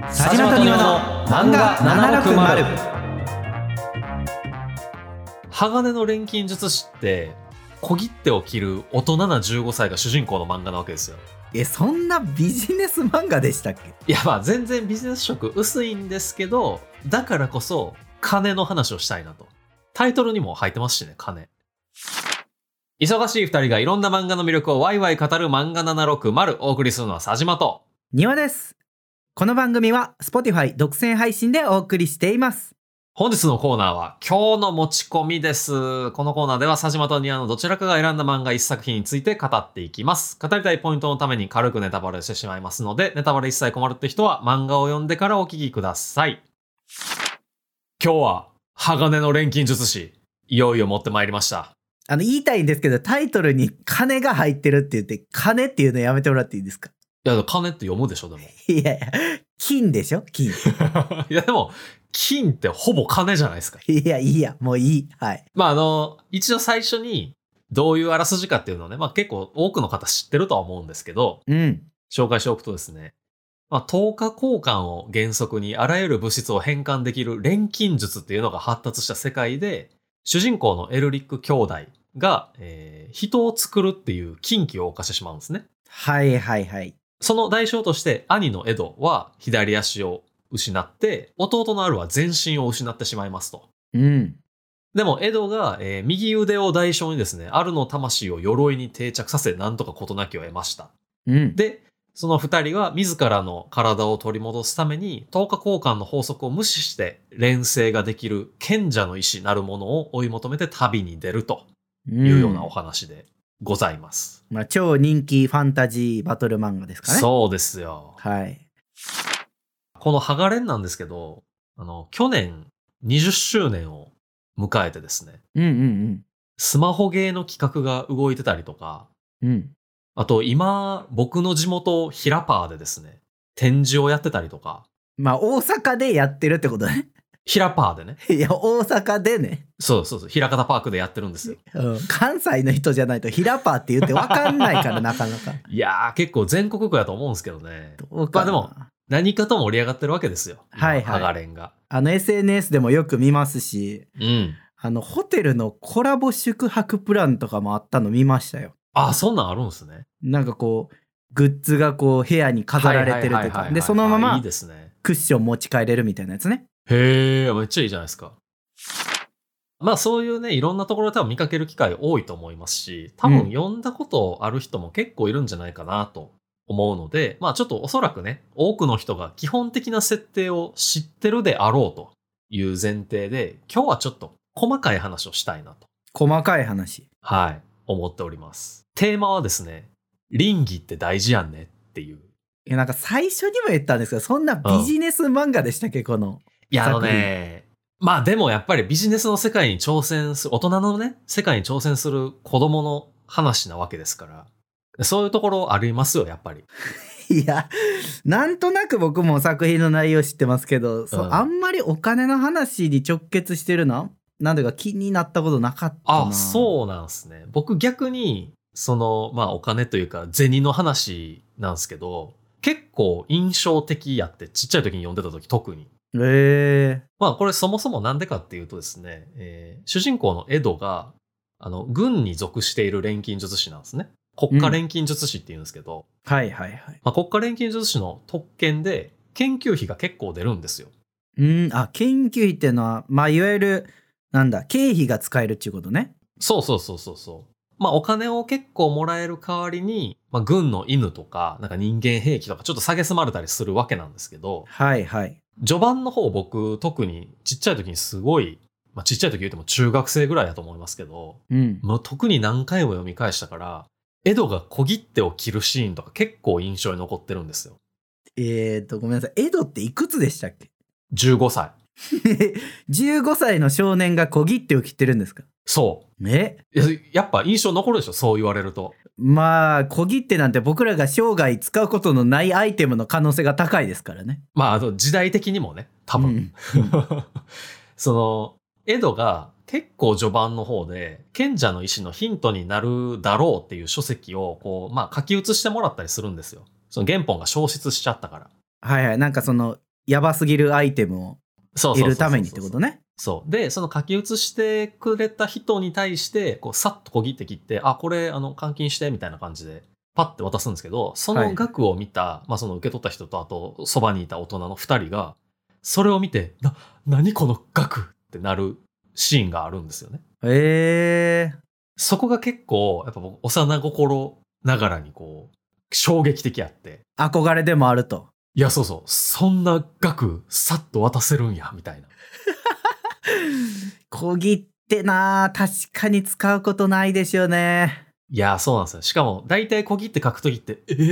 佐島と庭の漫画760。 鋼の錬金術師って小切手を切る大人な15歳が主人公の漫画なわけですよ。 そんなビジネス漫画でしたっけ？ いやまあ全然ビジネス色薄いんですけど、だからこそ金の話をしたいなと。タイトルにも入ってますしね、金。忙しい二人がいろんな漫画の魅力をワイワイ語る漫画760。お送りするのは佐島と庭です。この番組は Spotify 独占配信でお送りしています。 本日のコーナーは今日の持ち込みです。このコーナーでは佐島と庭のどちらかが選んだ漫画一作品について語っていきます。語りたいポイントのために軽くネタバレしてしまいますので、ネタバレ一切困るって人は漫画を読んでからお聞きください。今日は鋼の錬金術師、いよいよ持ってまいりました。 言いたいんですけど、タイトルに金が入ってるって言って、金っていうのやめてもらっていいですか？ いや、金って読むでしょ、でも。 いやいや、金でしょ、金。 いや、でも、金ってほぼ金じゃないですか。 いや、もういい。はい。 まあ、一応最初に、どういうあらすじかっていうのをね、まあ結構多くの方知ってるとは思うんですけど、紹介しておくとですね、まあ、10日交換を原則にあらゆる物質を変換できる錬金術っていうのが発達した世界で、主人公のエルリック兄弟が、人を作るっていう禁忌を犯してしまうんですね。 はい。 その代償として兄のエドは左足を失って、弟のアルは全身を失ってしまいますと。でもエドが、右腕を代償にですね、アルの魂を鎧に定着させ、なんとか事なきを得ました。で、その二人は自らの体を取り戻すために、10日交換の法則を無視して錬成ができる賢者の石なるものを追い求めて旅に出るというようなお話でございます。 まあ、超人気ファンタジーバトル漫画ですかね。 そうですよ。 はい。 この鋼なんですけど、去年20周年を迎えてですね、スマホゲーの企画が動いてたりとか、あと今僕の地元ヒラパーでですね、展示をやってたりとか。 まあ大阪でやってるってことね。 ヒラパーでね。 いや大阪でね。 そう、平方パークでやってるんですよ。 関西の人じゃないとヒラパーって言って分かんないからなかなか。 いやー結構全国区やと思うんですけどね。まあでも何かと盛り上がってるわけですよ。鋼が。 SNS でもよく見ますし、ホテルのコラボ宿泊プランとかもあったの見ましたよ。 あ、そんなんあるんですね。 なんかこうグッズがこう部屋に飾られてるとかで、そのままクッション持ち帰れるみたいなやつね。 へえ、めっちゃいいじゃないですか。まあそういうね、いろんなところで多分見かける機会多いと思いますし、多分読んだことある人も結構いるんじゃないかなと思うので、まあちょっとおそらくね、多くの人が基本的な設定を知ってるであろうという前提で、今日はちょっと細かい話をしたいなと。 細かい話。 はい、思っております。テーマはですね、倫理って大事やんねっていう。 なんか最初にも言ったんですけど、そんなビジネス漫画でしたっけ、この。 いやまあでもやっぱりビジネスの世界に挑戦する、大人のね、世界に挑戦する子供の話なわけですから、そういうところありますよ、やっぱり。 いや、なんとなく僕も作品の内容知ってますけど、あんまりお金の話に直結してるのなんだか気になったことなかったな。 あ、そうなんですね。僕逆に、まあお金というか銭の話なんですけど、結構印象的やって、ちっちゃい時に読んでた時特に。まあこれそもそもなんでかっていうとですね、主人公のエドが軍に属している錬金術師なんですね。国家錬金術師って言うんですけど、まあ、国家錬金術師の特権で研究費が結構出るんですよ。 研究費っていうのはまあいわゆるなんだ経費が使えるっていうことね。そう。 まあお金を結構もらえる代わりに、まあ、軍の犬とかなんか人間兵器とかちょっと蔑まれたりするわけなんですけど、序盤の方僕特にちっちゃい時にすごい、まあ、ちっちゃい時言っても中学生ぐらいだと思いますけど、もう特に何回も読み返したからエドが小切手を切るシーンとか結構印象に残ってるんですよ。 ごめんなさい、エドっていくつでしたっけ ？15歳。 15歳の少年が小切手を切ってるんですか？ そう。やっぱ印象残るでしょ、そう言われると。 まあ小切手なんて僕らが生涯使うことのないアイテムの可能性が高いですからね。 まあ時代的にもね、多分。エドが結構序盤の方で賢者の石のヒントになるだろうっていう書籍をこう、まあ書き写してもらったりするんですよ。その原本が消失しちゃったから。 なんかやばすぎるアイテムを得るためにってことね。 そう。で、その書き写してくれた人に対して、こう、さっと小切って切って、あ、これ、換金して、みたいな感じで、パッて渡すんですけど、その額を見た、まあ、その受け取った人と、あと、そばにいた大人の2人が、それを見て、何この額ってなるシーンがあるんですよね。そこが結構、やっぱ僕、幼心ながらにこう、衝撃的あって。 憧れでもあると。 いや、そうそう。そんな額、さっと渡せるんや、みたいな。 小切手な、確かに使うことないですよね。 いや、そうなんですよ。しかも、大体小切手書くときって、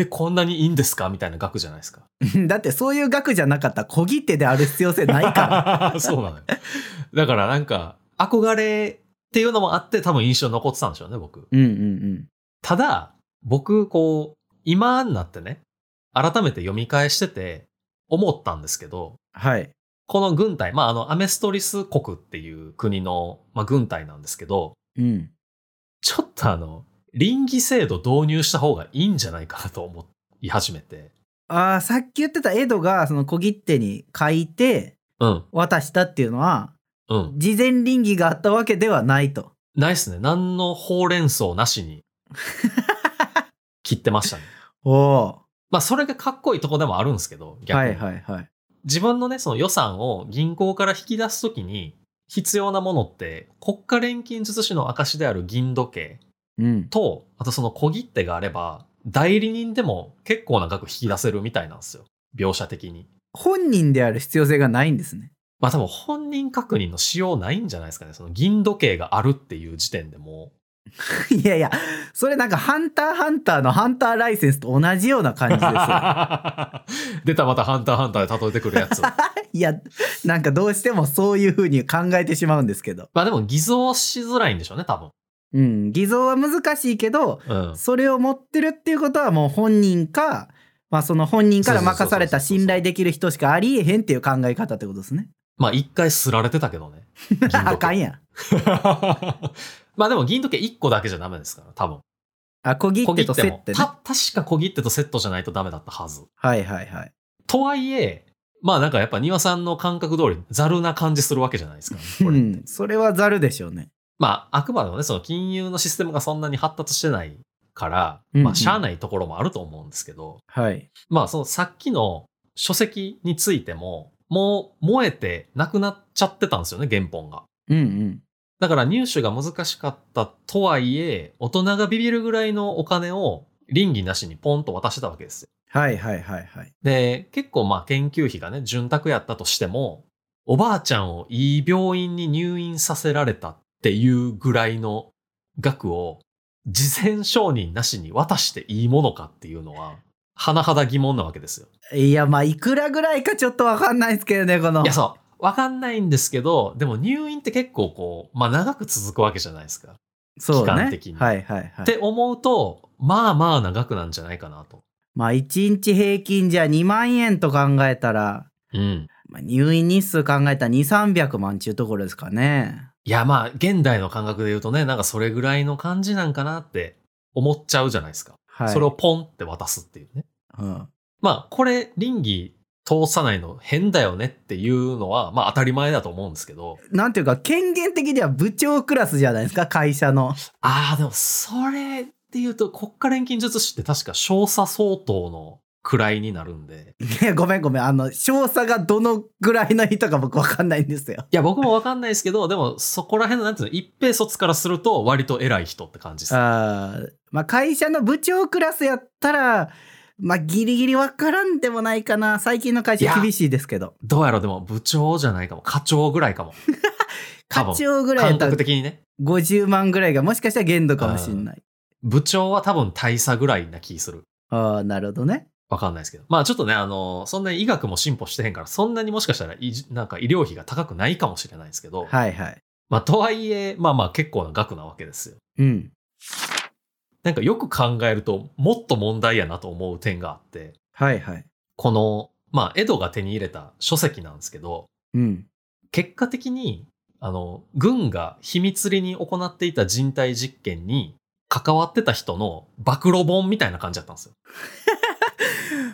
こんなにいいんですかみたいな額じゃないですか。 だってそういう額じゃなかったら小切手である必要性ないから。そうなのよ。だからなんか、憧れっていうのもあって、多分印象に残ってたんでしょうね、僕。ただ、僕、こう、今になってね、改めて読み返してて、思ったんですけど、 はい。 この軍隊、アメストリス国っていう国の、軍隊なんですけど、ちょっと臨機制度導入した方がいいんじゃないかなと思い始めて。 さっき言ってたエドがその小切手に書いて渡したっていうのは、事前臨機があったわけではないと。 ないっすね。何のほうれん草なしに切ってましたね。それがかっこいいとこでもあるんですけど、逆に。自分のね、その予算を銀行から引き出すときに必要なものって、国家錬金術師の証である銀時計と、あとその小切手があれば、代理人でも結構な額引き出せるみたいなんですよ。描写的に。 本人である必要性がないんですね。 多分本人確認のしようないんじゃないですかね。その銀時計があるっていう時点でもいやいや、それなんかハンターハンターのハンターライセンスと同じような感じですよ。 出た、またハンターハンターで例えてくるやつ。 いや、なんかどうしてもそういう風に考えてしまうんですけど。 でも偽造しづらいんでしょうね、多分。 偽造は難しいけど、それを持ってるっていうことはもう本人か、その本人から任された信頼できる人しかありえへんっていう考え方ってことですね。 一回すられてたけどね。 あかんやん。 でも銀時計1個だけじゃダメですから、多分。 小切手とセットね。 確か小切手とセットじゃないとダメだったはず。 はい。 とはいえ、なんかやっぱ庭さんの感覚通りザルな感じするわけじゃないですか、ね。 それはザルでしょうね。 あくまでもね、その金融のシステムがそんなに発達してないから、しゃあないところもあると思うんですけど、 はい。 そのさっきの書籍についても、もう燃えてなくなっちゃってたんですよね、原本が。だから入手が難しかったとはいえ、大人がビビるぐらいのお金を倫理なしにポンと渡してたわけですよ。 はい。 で、結構研究費がね、潤沢やったとしても、おばあちゃんをいい病院に入院させられたっていうぐらいの額を事前承認なしに渡していいものかっていうのは、甚だ疑問なわけですよ。 いや、いくらぐらいかちょっとわかんないですけどね、この。 いや、そう。わかんないんですけど、でも入院って結構こう、長く続くわけじゃないですか。 そうね。 期間的に。 はい。 って思うと、長くなんじゃないかなと。 1日平均じゃ2万円と考えたら、入院日数考えたら2、300万っていうところですかね。 いや、現代の感覚で言うとね、なんかそれぐらいの感じなんかなって思っちゃうじゃないですか。それをポンって渡すっていうね。これ、倫理通さないの変だよねっていうのは、当たり前だと思うんですけど。 なんていうか、権限的には部長クラスじゃないですか、会社の。 でもそれっていうと、国家錬金術師って確か少佐相当の位になるんで。 いや、ごめん。少佐がどのぐらいの人か僕わかんないんですよ。 いや、僕もわかんないですけど、でもそこら辺のなんていうの、一平卒からすると割と偉い人って感じです。 会社の部長クラスやったら、ギリギリわからんでもないかな。最近の会社厳しいですけど。 どうやろう、でも部長じゃないかも。課長ぐらいかも。 課長ぐらいやったら感覚的にね。 50万ぐらいがもしかしたら限度かもしれない。 部長は多分大佐ぐらいな気する。 なるほどね。 わかんないですけど。ちょっとね、そんなに医学も進歩してへんから、そんなにもしかしたらなんか医療費が高くないかもしれないですけど。 はい。 とはいえ、結構な額なわけですよ。なんかよく考えると、もっと問題やなと思う点があって。 はい。 この、エドが手に入れた書籍なんですけど、結果的に、軍が秘密裏に行っていた人体実験に関わってた人の暴露本みたいな感じだったんですよ。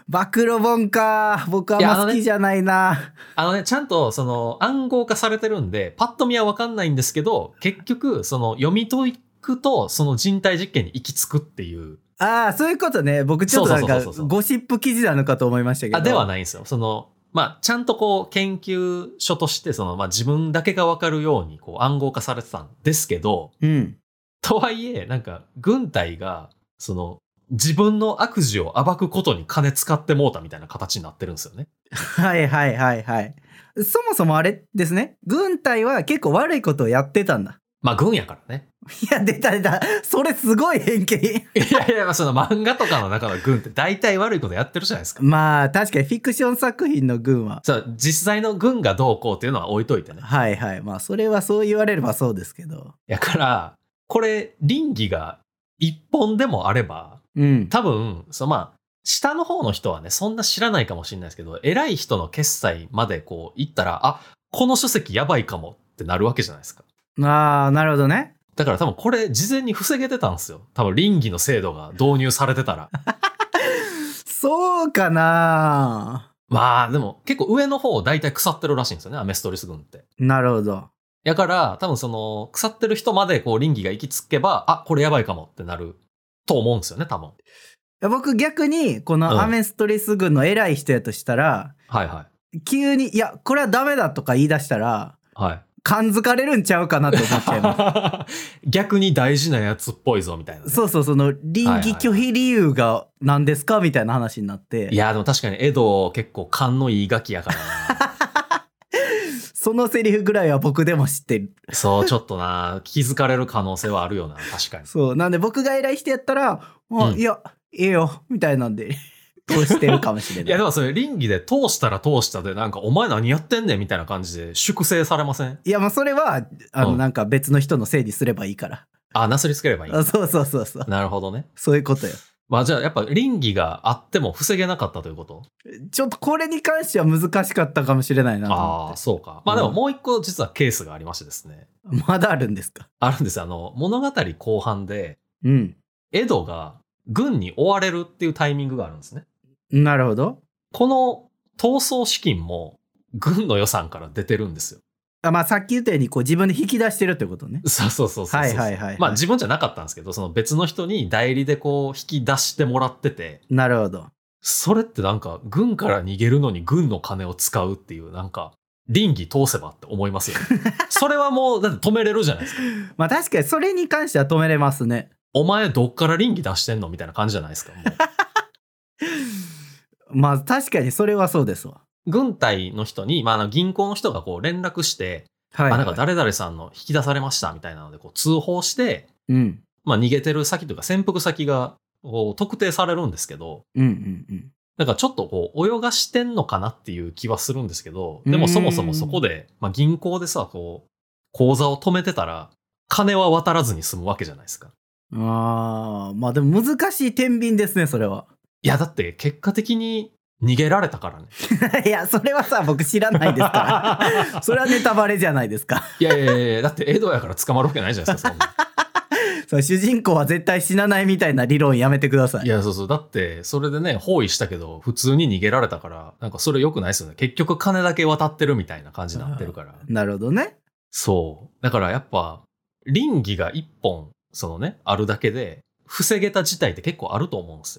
暴露本か。僕はあんま好きじゃないな。 ちゃんとその暗号化されてるんで、パッと見は分かんないんですけど、結局その読み解くとその人体実験に行き着くっていう。 ああ、そういうことね。僕ちょっとなんかゴシップ記事なのかと思いましたけど。 ではないんですよ。そのちゃんとこう研究所としてその自分だけが分かるようにこう暗号化されてたんですけど、とはいえなんか軍隊がその自分の悪事を暴くことに金使ってもうたみたいな形になってるんですよね。 はいはいはいはい。そもそもあれですね。軍隊は結構悪いことをやってたんだ。 軍やからね。 いや、出た。それすごい偏見。いや、その漫画とかの中の軍って大体悪いことやってるじゃないですか。 確かにフィクション作品の軍は。 実際の軍がどうこうっていうのは置いといてね。 はいはい。それはそう言われればそうですけど。 やから、これ、倫理が一本でもあれば、多分、下の方の人はね、そんな知らないかもしれないですけど、偉い人の決済までこう行ったら、この書籍やばいかもってなるわけじゃないですか。 なるほどね。 だから多分これ事前に防げてたんですよ。多分倫理の制度が導入されてたら。 そうかな。 でも結構上の方大体腐ってるらしいんですよね、アメストリス軍って。 なるほど。 だから多分その腐ってる人までこう倫理が行き着けば、これやばいかもってなると思うんですよね、多分。 僕逆にこのアメストリス軍の偉い人やとしたら、急にいやこれはダメだとか言い出したら、感づかれるんちゃうかなって思っちゃいます。 逆に大事なやつっぽいぞみたいな、ね。 その倫理拒否理由が何ですかみたいな話になって。 いやでも確かにエド結構勘のいいガキやからな。 そのセリフぐらいは僕でも知ってる。 そうちょっとな気づかれる可能性はあるよな、確かに。 そうなんで僕が偉い人やったら、いやいいよみたいなんで。通してるかもしれない。 いやでもそれ倫理で通したら通したでなんかお前何やってんねんみたいな感じで粛清されません？ いやそれはなんか別の人のせいにすればいいから。 なすりつければいい。 そう。 なるほどね。 そういうことよ。 じゃあやっぱ倫理があっても防げなかったということ？ ちょっとこれに関しては難しかったかもしれないなと思って。 そうか。でももう一個実はケースがありましてですね。 まだあるんですか？ あるんです。物語後半で、エドが軍に追われるっていうタイミングがあるんですね。なるほど。 この逃走資金も軍の予算から出てるんですよ。 さっき言ったようにこう自分で引き出してるってことね。 そう。自分じゃなかったんですけど、その別の人に代理でこう引き出してもらってて。 なるほど。 それってなんか軍から逃げるのに軍の金を使うっていうなんか倫理通せばって思いますよね。それはもうだって止めれるじゃないですか。 確かにそれに関しては止めれますね。 お前どっから倫理出してんのみたいな感じじゃないですか。 もう確かにそれはそうですわ。 軍隊の人に、銀行の人がこう連絡して、なんか誰々さんの引き出されましたみたいなのでこう通報して、逃げてる先というか潜伏先がこう特定されるんですけど、だからちょっとこう泳がしてんのかなっていう気はするんですけど、でもそもそもそこで、銀行でさ、こう口座を止めてたら金は渡らずに済むわけじゃないですか。 でも難しい天秤ですね、それは。 いやだって結果的に逃げられたからね。 いやそれはさ僕知らないですからそれはネタバレじゃないですか。 いやだってエドやから捕まるわけないじゃないですか。 そう主人公は絶対死なないみたいな理論やめてください。 いやそうだってそれでね包囲したけど普通に逃げられたからなんかそれ良くないですよね。結局金だけ渡ってるみたいな感じになってるから。 なるほどね。 そうだからやっぱ倫理が一本そのねあるだけで防げた事態って結構あると思うんですよ。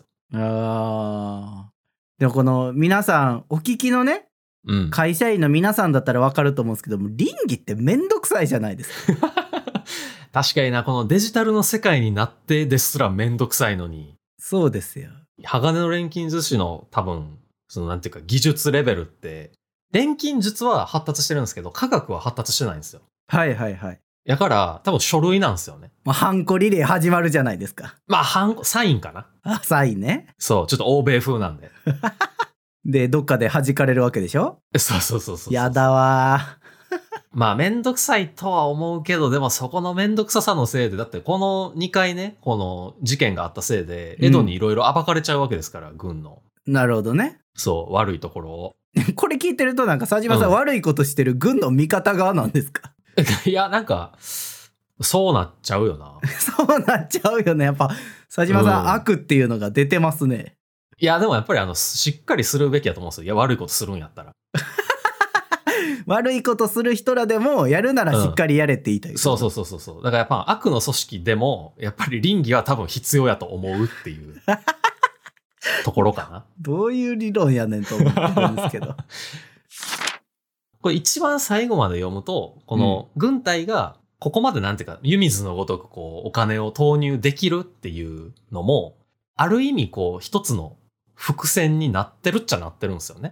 でもこの皆さんお聞きのね、会社員の皆さんだったら分かると思うんですけども、倫理ってめんどくさいじゃないですか。 確かにな、このデジタルの世界になってですらめんどくさいのに。 そうですよ。 鋼の錬金術師の多分そのなんていうか技術レベルって錬金術は発達してるんですけど科学は発達してないんですよ。だから多分書類なんですよね。 ハンコリレー始まるじゃないですか。 サインかな。 サインね。 そうちょっと欧米風なんで。 でどっかで弾かれるわけでしょ。 そうやだわ。 めんどくさいとは思うけど、でもそこのめんどくささのせいでだってこの2回ねこの事件があったせいでエドにいろいろ暴かれちゃうわけですから、軍の。 なるほどね。 そう悪いところを。 これ聞いてるとなんか佐島さん、悪いことしてる軍の味方側なんですか。 いやなんかそうなっちゃうよな。 そうなっちゃうよね。やっぱ佐島さん、悪っていうのが出てますね。 いや、でもやっぱりしっかりするべきだと思うんですよ。いや、悪いことするんやったら。 悪いことする人らでもやるならしっかりやれって言いたい、 そうそうそうそう。だからやっぱ悪の組織でもやっぱり倫理は多分必要やと思うっていうところかな。 どういう理論やねんと思ってるんですけど。 これ一番最後まで読むと、この軍隊がここまでなんていうか、湯水のごとくこうお金を投入できるっていうのも、ある意味こう一つの伏線になってるっちゃなってるんですよね。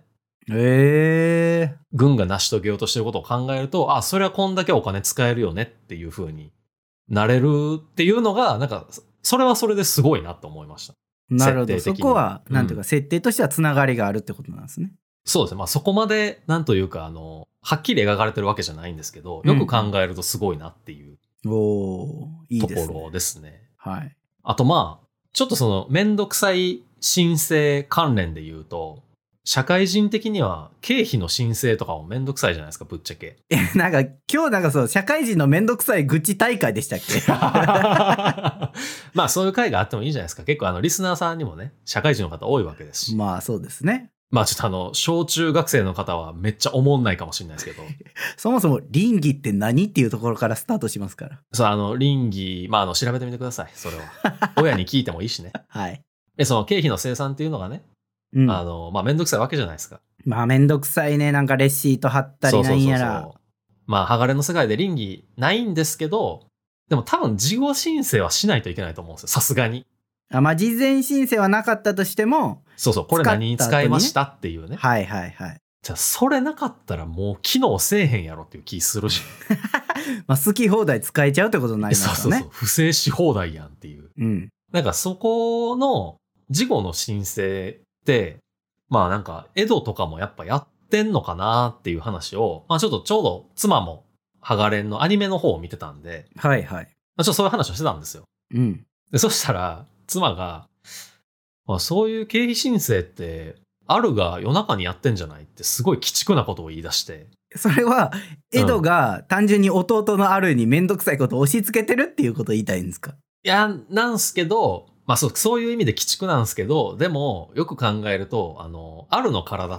軍が成し遂げようとしてることを考えると、あ、それはこんだけお金使えるよねっていう風になれるっていうのが、なんか、それはそれですごいなと思いました。 なるほど。そこは、なんていうか、設定としてはつながりがあるってことなんですね。 そうですね。まあそこまで、なんというか、はっきり描かれてるわけじゃないんですけど、よく考えるとすごいなっていうところですね。 はい。 あとまあ、ちょっとその、めんどくさい申請関連で言うと、社会人的には経費の申請とかもめんどくさいじゃないですか、ぶっちゃけ。 なんか今日なんかそう、社会人のめんどくさい愚痴大会でしたっけ？ まあそういう会があってもいいじゃないですか。結構リスナーさんにもね、社会人の方多いわけですし。 まあそうですね。 まあちょっと小中学生の方はめっちゃ思んないかもしれないですけど。 そもそも倫理って何っていうところからスタートしますから。 そう、倫理、まあ調べてみてください、それは。親に聞いてもいいしね。 はい。 で、その経費の生産っていうのがね、まあめんどくさいわけじゃないですか。 まあめんどくさいね。なんかレシート貼ったりなんやら。 まあ、剥がれの世界で倫理ないんですけど、でも多分事後申請はしないといけないと思うんですよ。さすがに。 まあ事前申請はなかったとしても。 そうそう、これ何に使いましたっていうね。 はいはいはい。 じゃあそれなかったらもう機能せえへんやろっていう気するし。 まあ好き放題使えちゃうってことになりますよね。 そう。不正し放題やんっていう。なんかそこの事後の申請って、まあなんか江戸とかもやっぱやってんのかなっていう話を、まあちょうど妻もハガレンのアニメの方を見てたんで、 はいはい。 まあちょっとそういう話をしてたんですよ。で、そしたら妻が、まあ、そういう経費申請ってあるが夜中にやってんじゃないってすごい鬼畜なことを言い出して。 それは江戸が単純に弟のあるにめんどくさいことを押し付けてるっていうことを言いたいんですか？ いや、なんすけど、まあそういう意味で鬼畜なんですけど、でもよく考えると、あるの体って、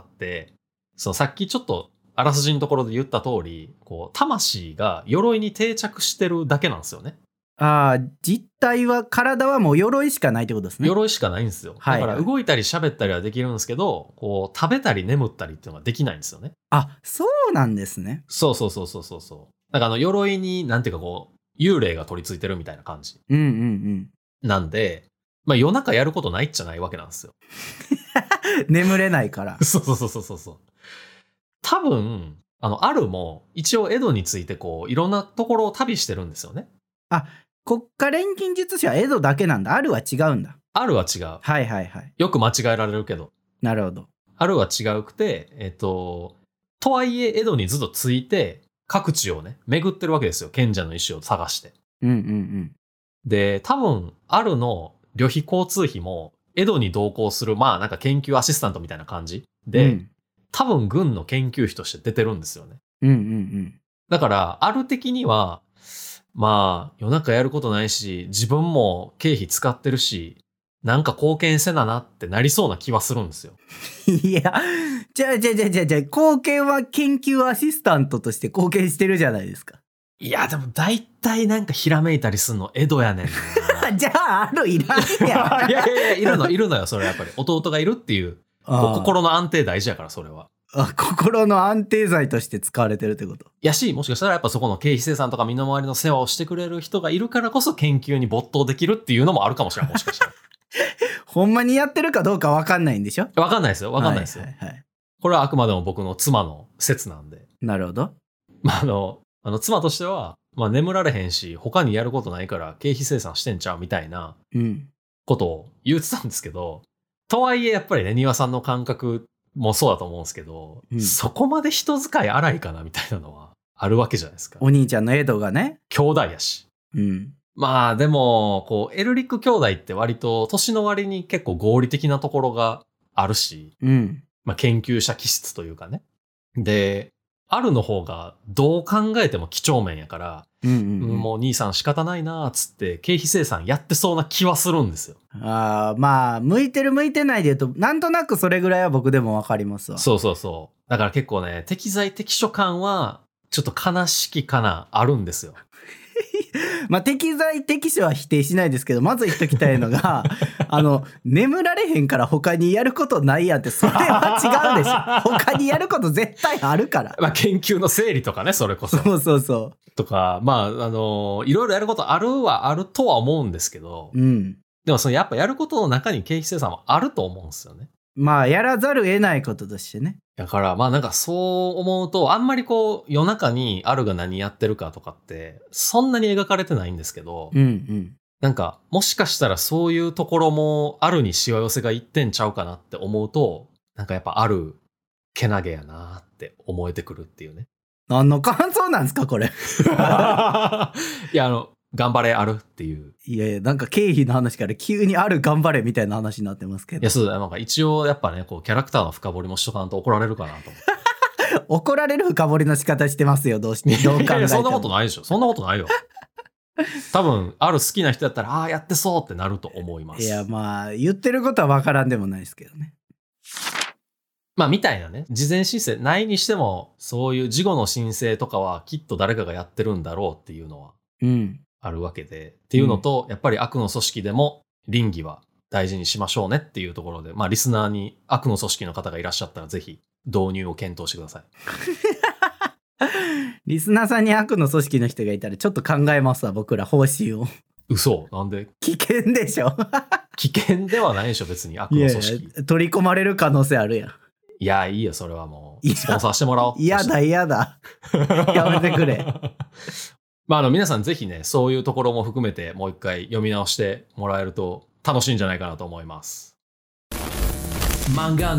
さっきちょっとあらすじのところで言った通り、こう、魂が鎧に定着してるだけなんですよね。 実体は、体はもう鎧しかないってことですね。 鎧しかないんですよ。だから動いたり喋ったりはできるんですけど、こう、食べたり眠ったりっていうのができないんですよね。 そうなんですね。 そう。だから鎧になんていうかこう、幽霊が取り付いてるみたいな感じ。なんで、まあ夜中やることないっちゃないわけなんですよ。 眠れないから。 そう。多分、あるも一応江戸についてこう、いろんなところを旅してるんですよね。 国家錬金術師は江戸だけなんだ。あるは違うんだ。 あるは違う。 はい。 よく間違えられるけど。 なるほど。 あるは違うくて、とはいえ江戸にずっとついて、各地をね、巡ってるわけですよ。賢者の石を探して。で、多分、あるの旅費交通費も、江戸に同行する、まあなんか研究アシスタントみたいな感じで、多分軍の研究費として出てるんですよね。だから、ある的には、まあ、夜中やることないし、自分も経費使ってるし、なんか貢献せななってなりそうな気はするんですよ。 いや、じゃあ、貢献は研究アシスタントとして貢献してるじゃないですか。 いや、でも大体なんかひらめいたりすんの江戸やねんな。 じゃあ、あるいらんやん。 いや、いるのよ、それやっぱり。弟がいるっていう、心の安定大事やから、それは。 心の安定剤として使われてるってこと。 やし、もしかしたらやっぱそこの経費生産とか身の回りの世話をしてくれる人がいるからこそ研究に没頭できるっていうのもあるかもしれない、もしかしたら。 ほんまにやってるかどうか分かんないんでしょ？ 分かんないですよ。これはあくまでも僕の妻の説なんで。 なるほど。 まあ、妻としては、まあ眠られへんし、他にやることないから経費生産してんちゃうみたいなことを言ってたんですけど、とはいえやっぱりね、庭さんの感覚もそうだと思うんですけど、そこまで人使い荒いかなみたいなのはあるわけじゃないですか。 お兄ちゃんの江戸がね。 兄弟やし。まあでも、こう、エルリック兄弟って割と年の割に結構合理的なところがあるし、まあ研究者気質というかね。で、 あるの方がどう考えても几帳面やから、もう兄さん仕方ないなーっつって経費精算やってそうな気はするんですよ。 まあ向いてる向いてないで言うとなんとなくそれぐらいは僕でもわかりますわ。 そうそうそう。だから結構ね、適材適所感はちょっと悲しきかなあるんですよ。 まあ適材適所は否定しないですけど、まず言っときたいのが眠られへんから他にやることないやんって、それは違うでしょ。他にやること絶対あるから。 まあ研究の整理とかね、それこそ。 そうそうそう。 とか、まあいろいろやることあるとは思うんですけど、でもやっぱやることの中に経費精算はあると思うんですよね。 まあやらざる得ないこととしてね。 だからまあなんかそう思うと、あんまり夜中にあるが何やってるかとかってそんなに描かれてないんですけど、なんかもしかしたらそういうところもあるにしわ寄せがいってんちゃうかなって思うと、なんかやっぱあるけなげやなって思えてくるっていうね。 何の感想なんですかこれ。 いや頑張れあるっていう。 いやいや、なんか経費の話から急にある頑張れみたいな話になってますけど。 いや、そうだ、なんか一応やっぱね、キャラクターの深掘りもしとかんと怒られるかなと思って。 怒られる深掘りの仕方してますよ、どうして。どう考えても。 いや、そんなことないでしょ。そんなことないよ。多分、ある好きな人だったら、やってそうってなると思います。 いや、まあ、言ってることは分からんでもないですけどね。 まあ、みたいなね、事前申請ないにしても、そういう事後の申請とかはきっと誰かがやってるんだろうっていうのは、あるわけで、っていうのと、やっぱり悪の組織でも倫理は大事にしましょうねっていうところで、まあ、リスナーに悪の組織の方がいらっしゃったら、ぜひ導入を検討してください。 リスナーさんに悪の組織の人がいたらちょっと考えますわ、僕ら方針を。 嘘なんで？ 危険でしょ。危険ではないでしょ、別に悪の組織。 いや取り込まれる可能性あるやん。 いや、いいよ、それはもう。スポンサーしてもらおう。 嫌だ。やめてくれ。 まあ、皆さんぜひね、そういうところも含めてもう一回読み直してもらえると楽しいんじゃないかなと思います。漫画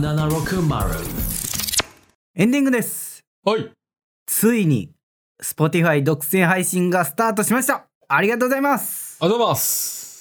760。 エンディングです。 はい。 ついに Spotify 独占配信がスタートしました。ありがとうございます。 ありがとうございます。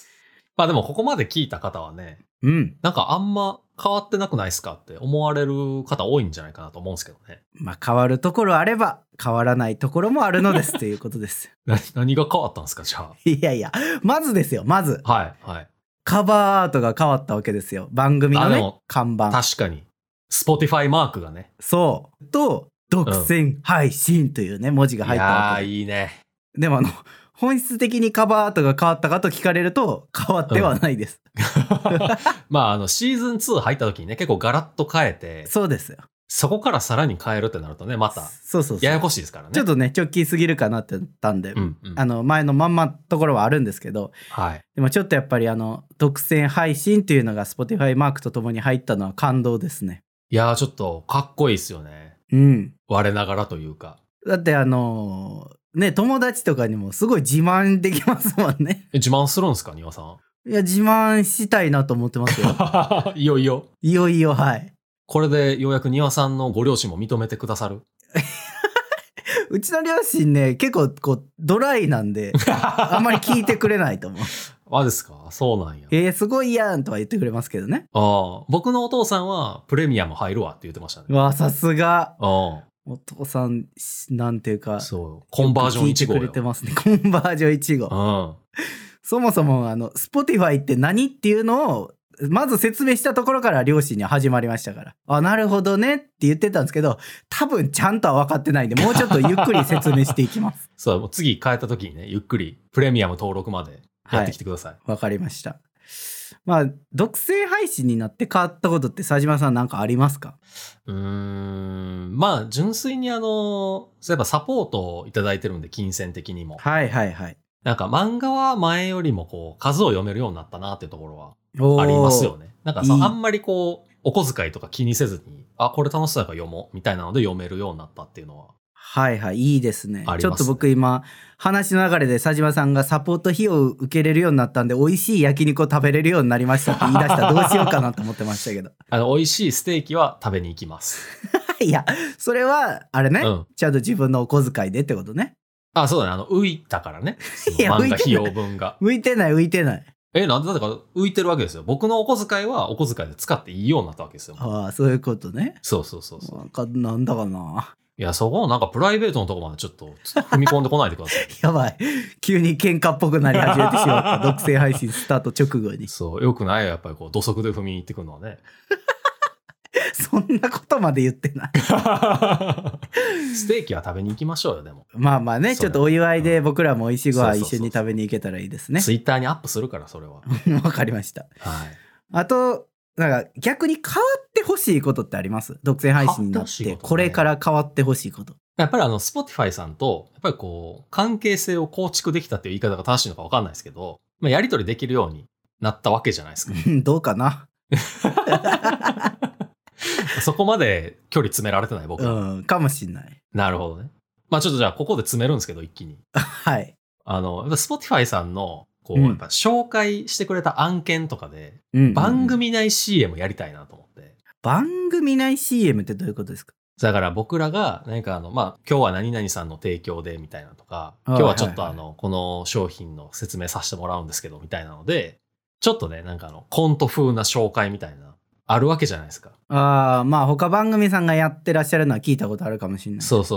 まあでもここまで聞いた方はね、なんかあんま変わってなくないですかって思われる方多いんじゃないかなと思うんですけどね。 まあ変わるところあれば変わらないところもあるのですということです。 何が変わったんですか、じゃあ。 いやいや、まずですよ、まず。 はい。 カバーアートが変わったわけですよ。番組のね、看板。 確かに。Spotify マークがね。 そう。と、独占配信というね、文字が入ったわけ。 いいね。 でも本質的にカバーアートが変わったかと聞かれると変わってはないです。 まあシーズン2入った時にね、結構ガラッと変えて。 そうですよ。 そこからさらに変えるってなるとね、またややこしいですからね。 ちょっとね、直近すぎるかなって言ったんで、前のまんまところはあるんですけど、でもちょっとやっぱり独占配信というのが Spotify マークとともに入ったのは感動ですね。 いやー、ちょっとかっこいいですよね。我ながらというか。 だってね、友達とかにもすごい自慢できますもんね。 自慢するんですか、庭さん。 いや、自慢したいなと思ってますよ。 いよいよ。 いよいよ、はい。 これでようやく庭さんのご両親も認めてくださる？ うちの両親ね、結構ドライなんで、あんまり聞いてくれないと思う。 マジですか？そうなんや。 すごいやんとは言ってくれますけどね。 僕のお父さんはプレミアム入るわって言ってましたね。 わあ、さすが。お父さん、なんていうか、 コンバージョン1号よ。 聞いてくれてますね。コンバージョン1号。そもそもSpotify って何っていうのをまず説明したところから両親には始まりましたから。なるほどねって言ってたんですけど、多分ちゃんとは分かってないんで、もうちょっとゆっくり説明していきます。 そう、もう次変えた時にね、ゆっくりプレミアム登録までやってきてください。 わかりました。まあ、独占配信になって変わったことって佐島さんなんかありますか？ まあ、純粋にそういえばサポートをいただいてるんで、金銭的にも。 はい。 なんか漫画は前よりも数を読めるようになったなっていうところはありますよね。なんかあんまりお小遣いとか気にせずに、これ楽しそうだから読もうみたいなので読めるようになったっていうのは。いいですね。ちょっと僕今話の流れで佐島さんがサポート費用を受けれるようになったんで、美味しい焼肉を食べれるようになりましたって言い出したらどうしようかなと思ってましたけど。 美味しいステーキは食べに行きます。 いや、それはあれね、ちゃんと自分のお小遣いでってことね。 そうだね。浮いたからね。漫画費用分が。 浮いてない。 なんでだから浮いてるわけですよ。僕のお小遣いはお小遣いで使っていいようになったわけですよ。 そういうことね。 そう。 なんだかな。 いや、そこのなんかプライベートのとこまでちょっと踏み込んでこないでください。 やばい。急に喧嘩っぽくなり始めてしまった。独占配信スタート直後に。 そう、よくないよ。やっぱりこう、土足で踏みに行ってくるのはね。 そんなことまで言ってない。 ステーキは食べに行きましょうよ、でも。 まあまあね、ちょっとお祝いで僕らも美味しいご飯一緒に食べに行けたらいいですね。 ツイッターにアップするから、それは。 わかりました。 はい。 あと、なんか逆に変わってほしいことってあります？独占配信になって、これから変わってほしいこと。 やっぱりSpotify さんと、やっぱりこう、関係性を構築できたっていう言い方が正しいのか分かんないですけど、まあ、やり取りできるようになったわけじゃないですか。 どうかな。 そこまで距離詰められてない僕は。 かもしんない。 なるほどね。まあちょっとじゃあここで詰めるんですけど、一気に。 はい。 やっぱ Spotify さんの、こう、やっぱ紹介してくれた案件とかで、番組内 CM やりたいなと思って。 番組内 CM ってどういうことですか？ だから僕らが何かまあ今日は何々さんの提供でみたいなとか、今日はちょっとこの商品の説明させてもらうんですけどみたいなので、ちょっとね、なんかコント風な紹介みたいな、あるわけじゃないですか。 まあ他番組さんがやってらっしゃるのは聞いたことあるかもしれない。 そう。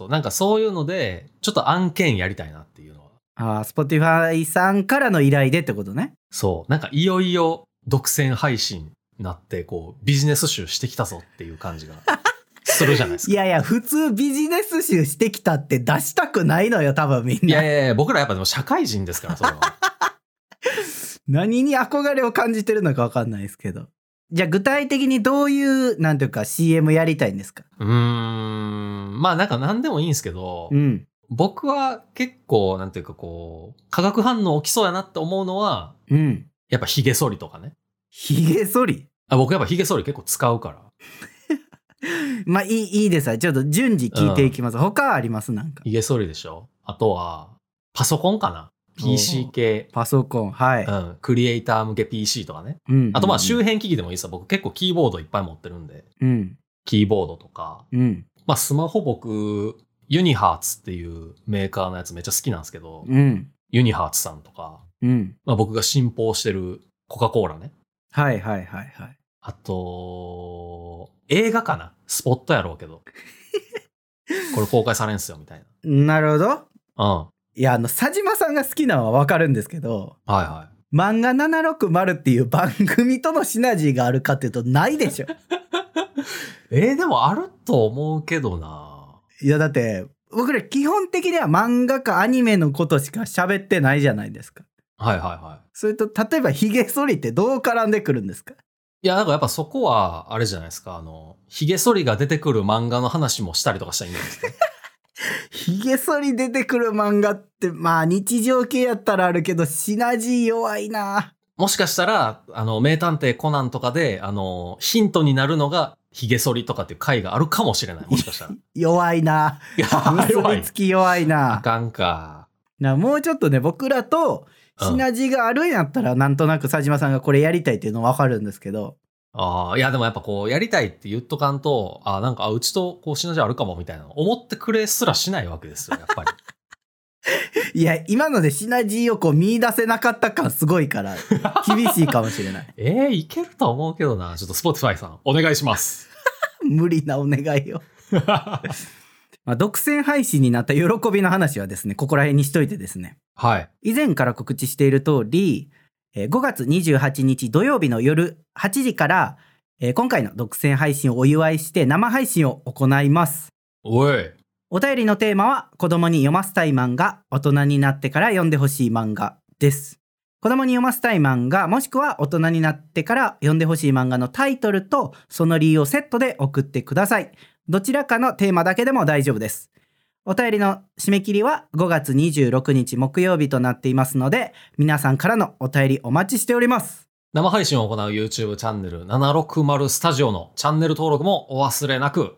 なんかそういうので、ちょっと案件やりたいなっていうのは。 Spotify さんからの依頼でってことね。 そう。なんかいよいよ独占配信になって、こう、ビジネス集してきたぞっていう感じがするじゃないですか。 いや、普通ビジネス集してきたって出したくないのよ、多分みんな。 いや、僕らやっぱでも社会人ですから、それは。 何に憧れを感じてるのか分かんないですけど。じゃあ具体的にどういう、なんていうか CM やりたいんですか？ まあなんか何でもいいんですけど、僕は結構、なんていうかこう、化学反応起きそうやなって思うのは、やっぱ髭剃りとかね。 髭剃り？ 僕やっぱ髭剃り結構使うから。 まあいいですわ。ちょっと順次聞いていきます。他あります？なんか。 髭剃りでしょ？あとは、パソコンかな？ PC 系。 パソコン、はい。 クリエイター向け PC とかね。あとまあ周辺機器でもいいさ。僕結構キーボードいっぱい持ってるんで。キーボードとか。まあスマホ僕、ユニハーツっていうメーカーのやつめっちゃ好きなんですけど、ユニハーツさんとか、まあ僕が信奉してるコカ・コーラね。 はい。 あと、映画かな？スポットやろうけど。これ公開されんすよ、みたいな。 なるほど。いや、佐島さんが好きなのはわかるんですけど、漫画760っていう番組とのシナジーがあるかっていうとないでしょ。 でもあると思うけどな。 いや、だって、僕ら基本的には漫画かアニメのことしか喋ってないじゃないですか。それと、例えば髭剃りってどう絡んでくるんですか？ いや、なんかやっぱそこは、あれじゃないですか。髭剃りが出てくる漫画の話もしたりとかしたらいいんじゃないですか。 髭剃り出てくる漫画って、まあ日常系やったらあるけど、シナジー弱いな。 もしかしたら、名探偵コナンとかで、ヒントになるのが、髭剃りとかっていう回があるかもしれない。もしかしたら。 弱いな。結びつき弱いな。 あかんか。 もうちょっとね、僕らとシナジーがあるんやったら、なんとなく佐島さんがこれやりたいっていうの分かるんですけど。 いやでもやっぱこう、やりたいって言っとかんと、なんか、うちとこうシナジーあるかもみたいな思ってくれすらしないわけですよ、やっぱり。 いや、今のでシナジーをこう見出せなかった感すごいから、厳しいかもしれない。 いけると思うけどな。ちょっと Spotify さん、お願いします。 無理なお願いを。まあ、独占配信になった喜びの話はですね、ここら辺にしといてですね。以前から告知している通り、5月28日土曜日の夜8時から、今回の独占配信をお祝いして生配信を行います。お便りのテーマは子供に読ませたい漫画、大人になってから読んでほしい漫画です。子供に読ませたい漫画、もしくは大人になってから読んでほしい漫画のタイトルとその理由をセットで送ってください。どちらかのテーマだけでも大丈夫です。お便りの締め切りは5月26日木曜日となっていますので、皆さんからのお便りお待ちしております。 生配信を行う YouTube チャンネル760スタジオのチャンネル登録もお忘れなく。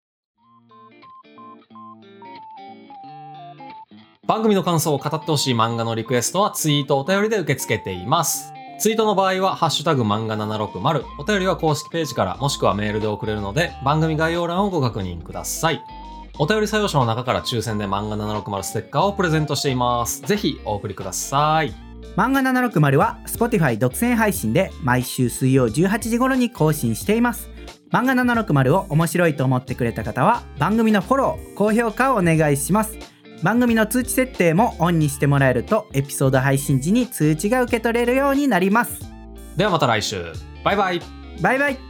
番組の感想を語ってほしい漫画のリクエストはツイートお便りで受け付けています。ツイートの場合はハッシュタグ漫画760、お便りは公式ページからもしくはメールで送れるので番組概要欄をご確認ください。お便り採用者の中から抽選で漫画760ステッカーをプレゼントしています。ぜひお送りください。 漫画760は Spotify 独占配信で毎週水曜18時頃に更新しています。 漫画760を面白いと思ってくれた方は番組のフォロー、高評価をお願いします。番組の通知設定もオンにしてもらえるとエピソード配信時に通知が受け取れるようになります。 ではまた来週。バイバイ。 バイバイ。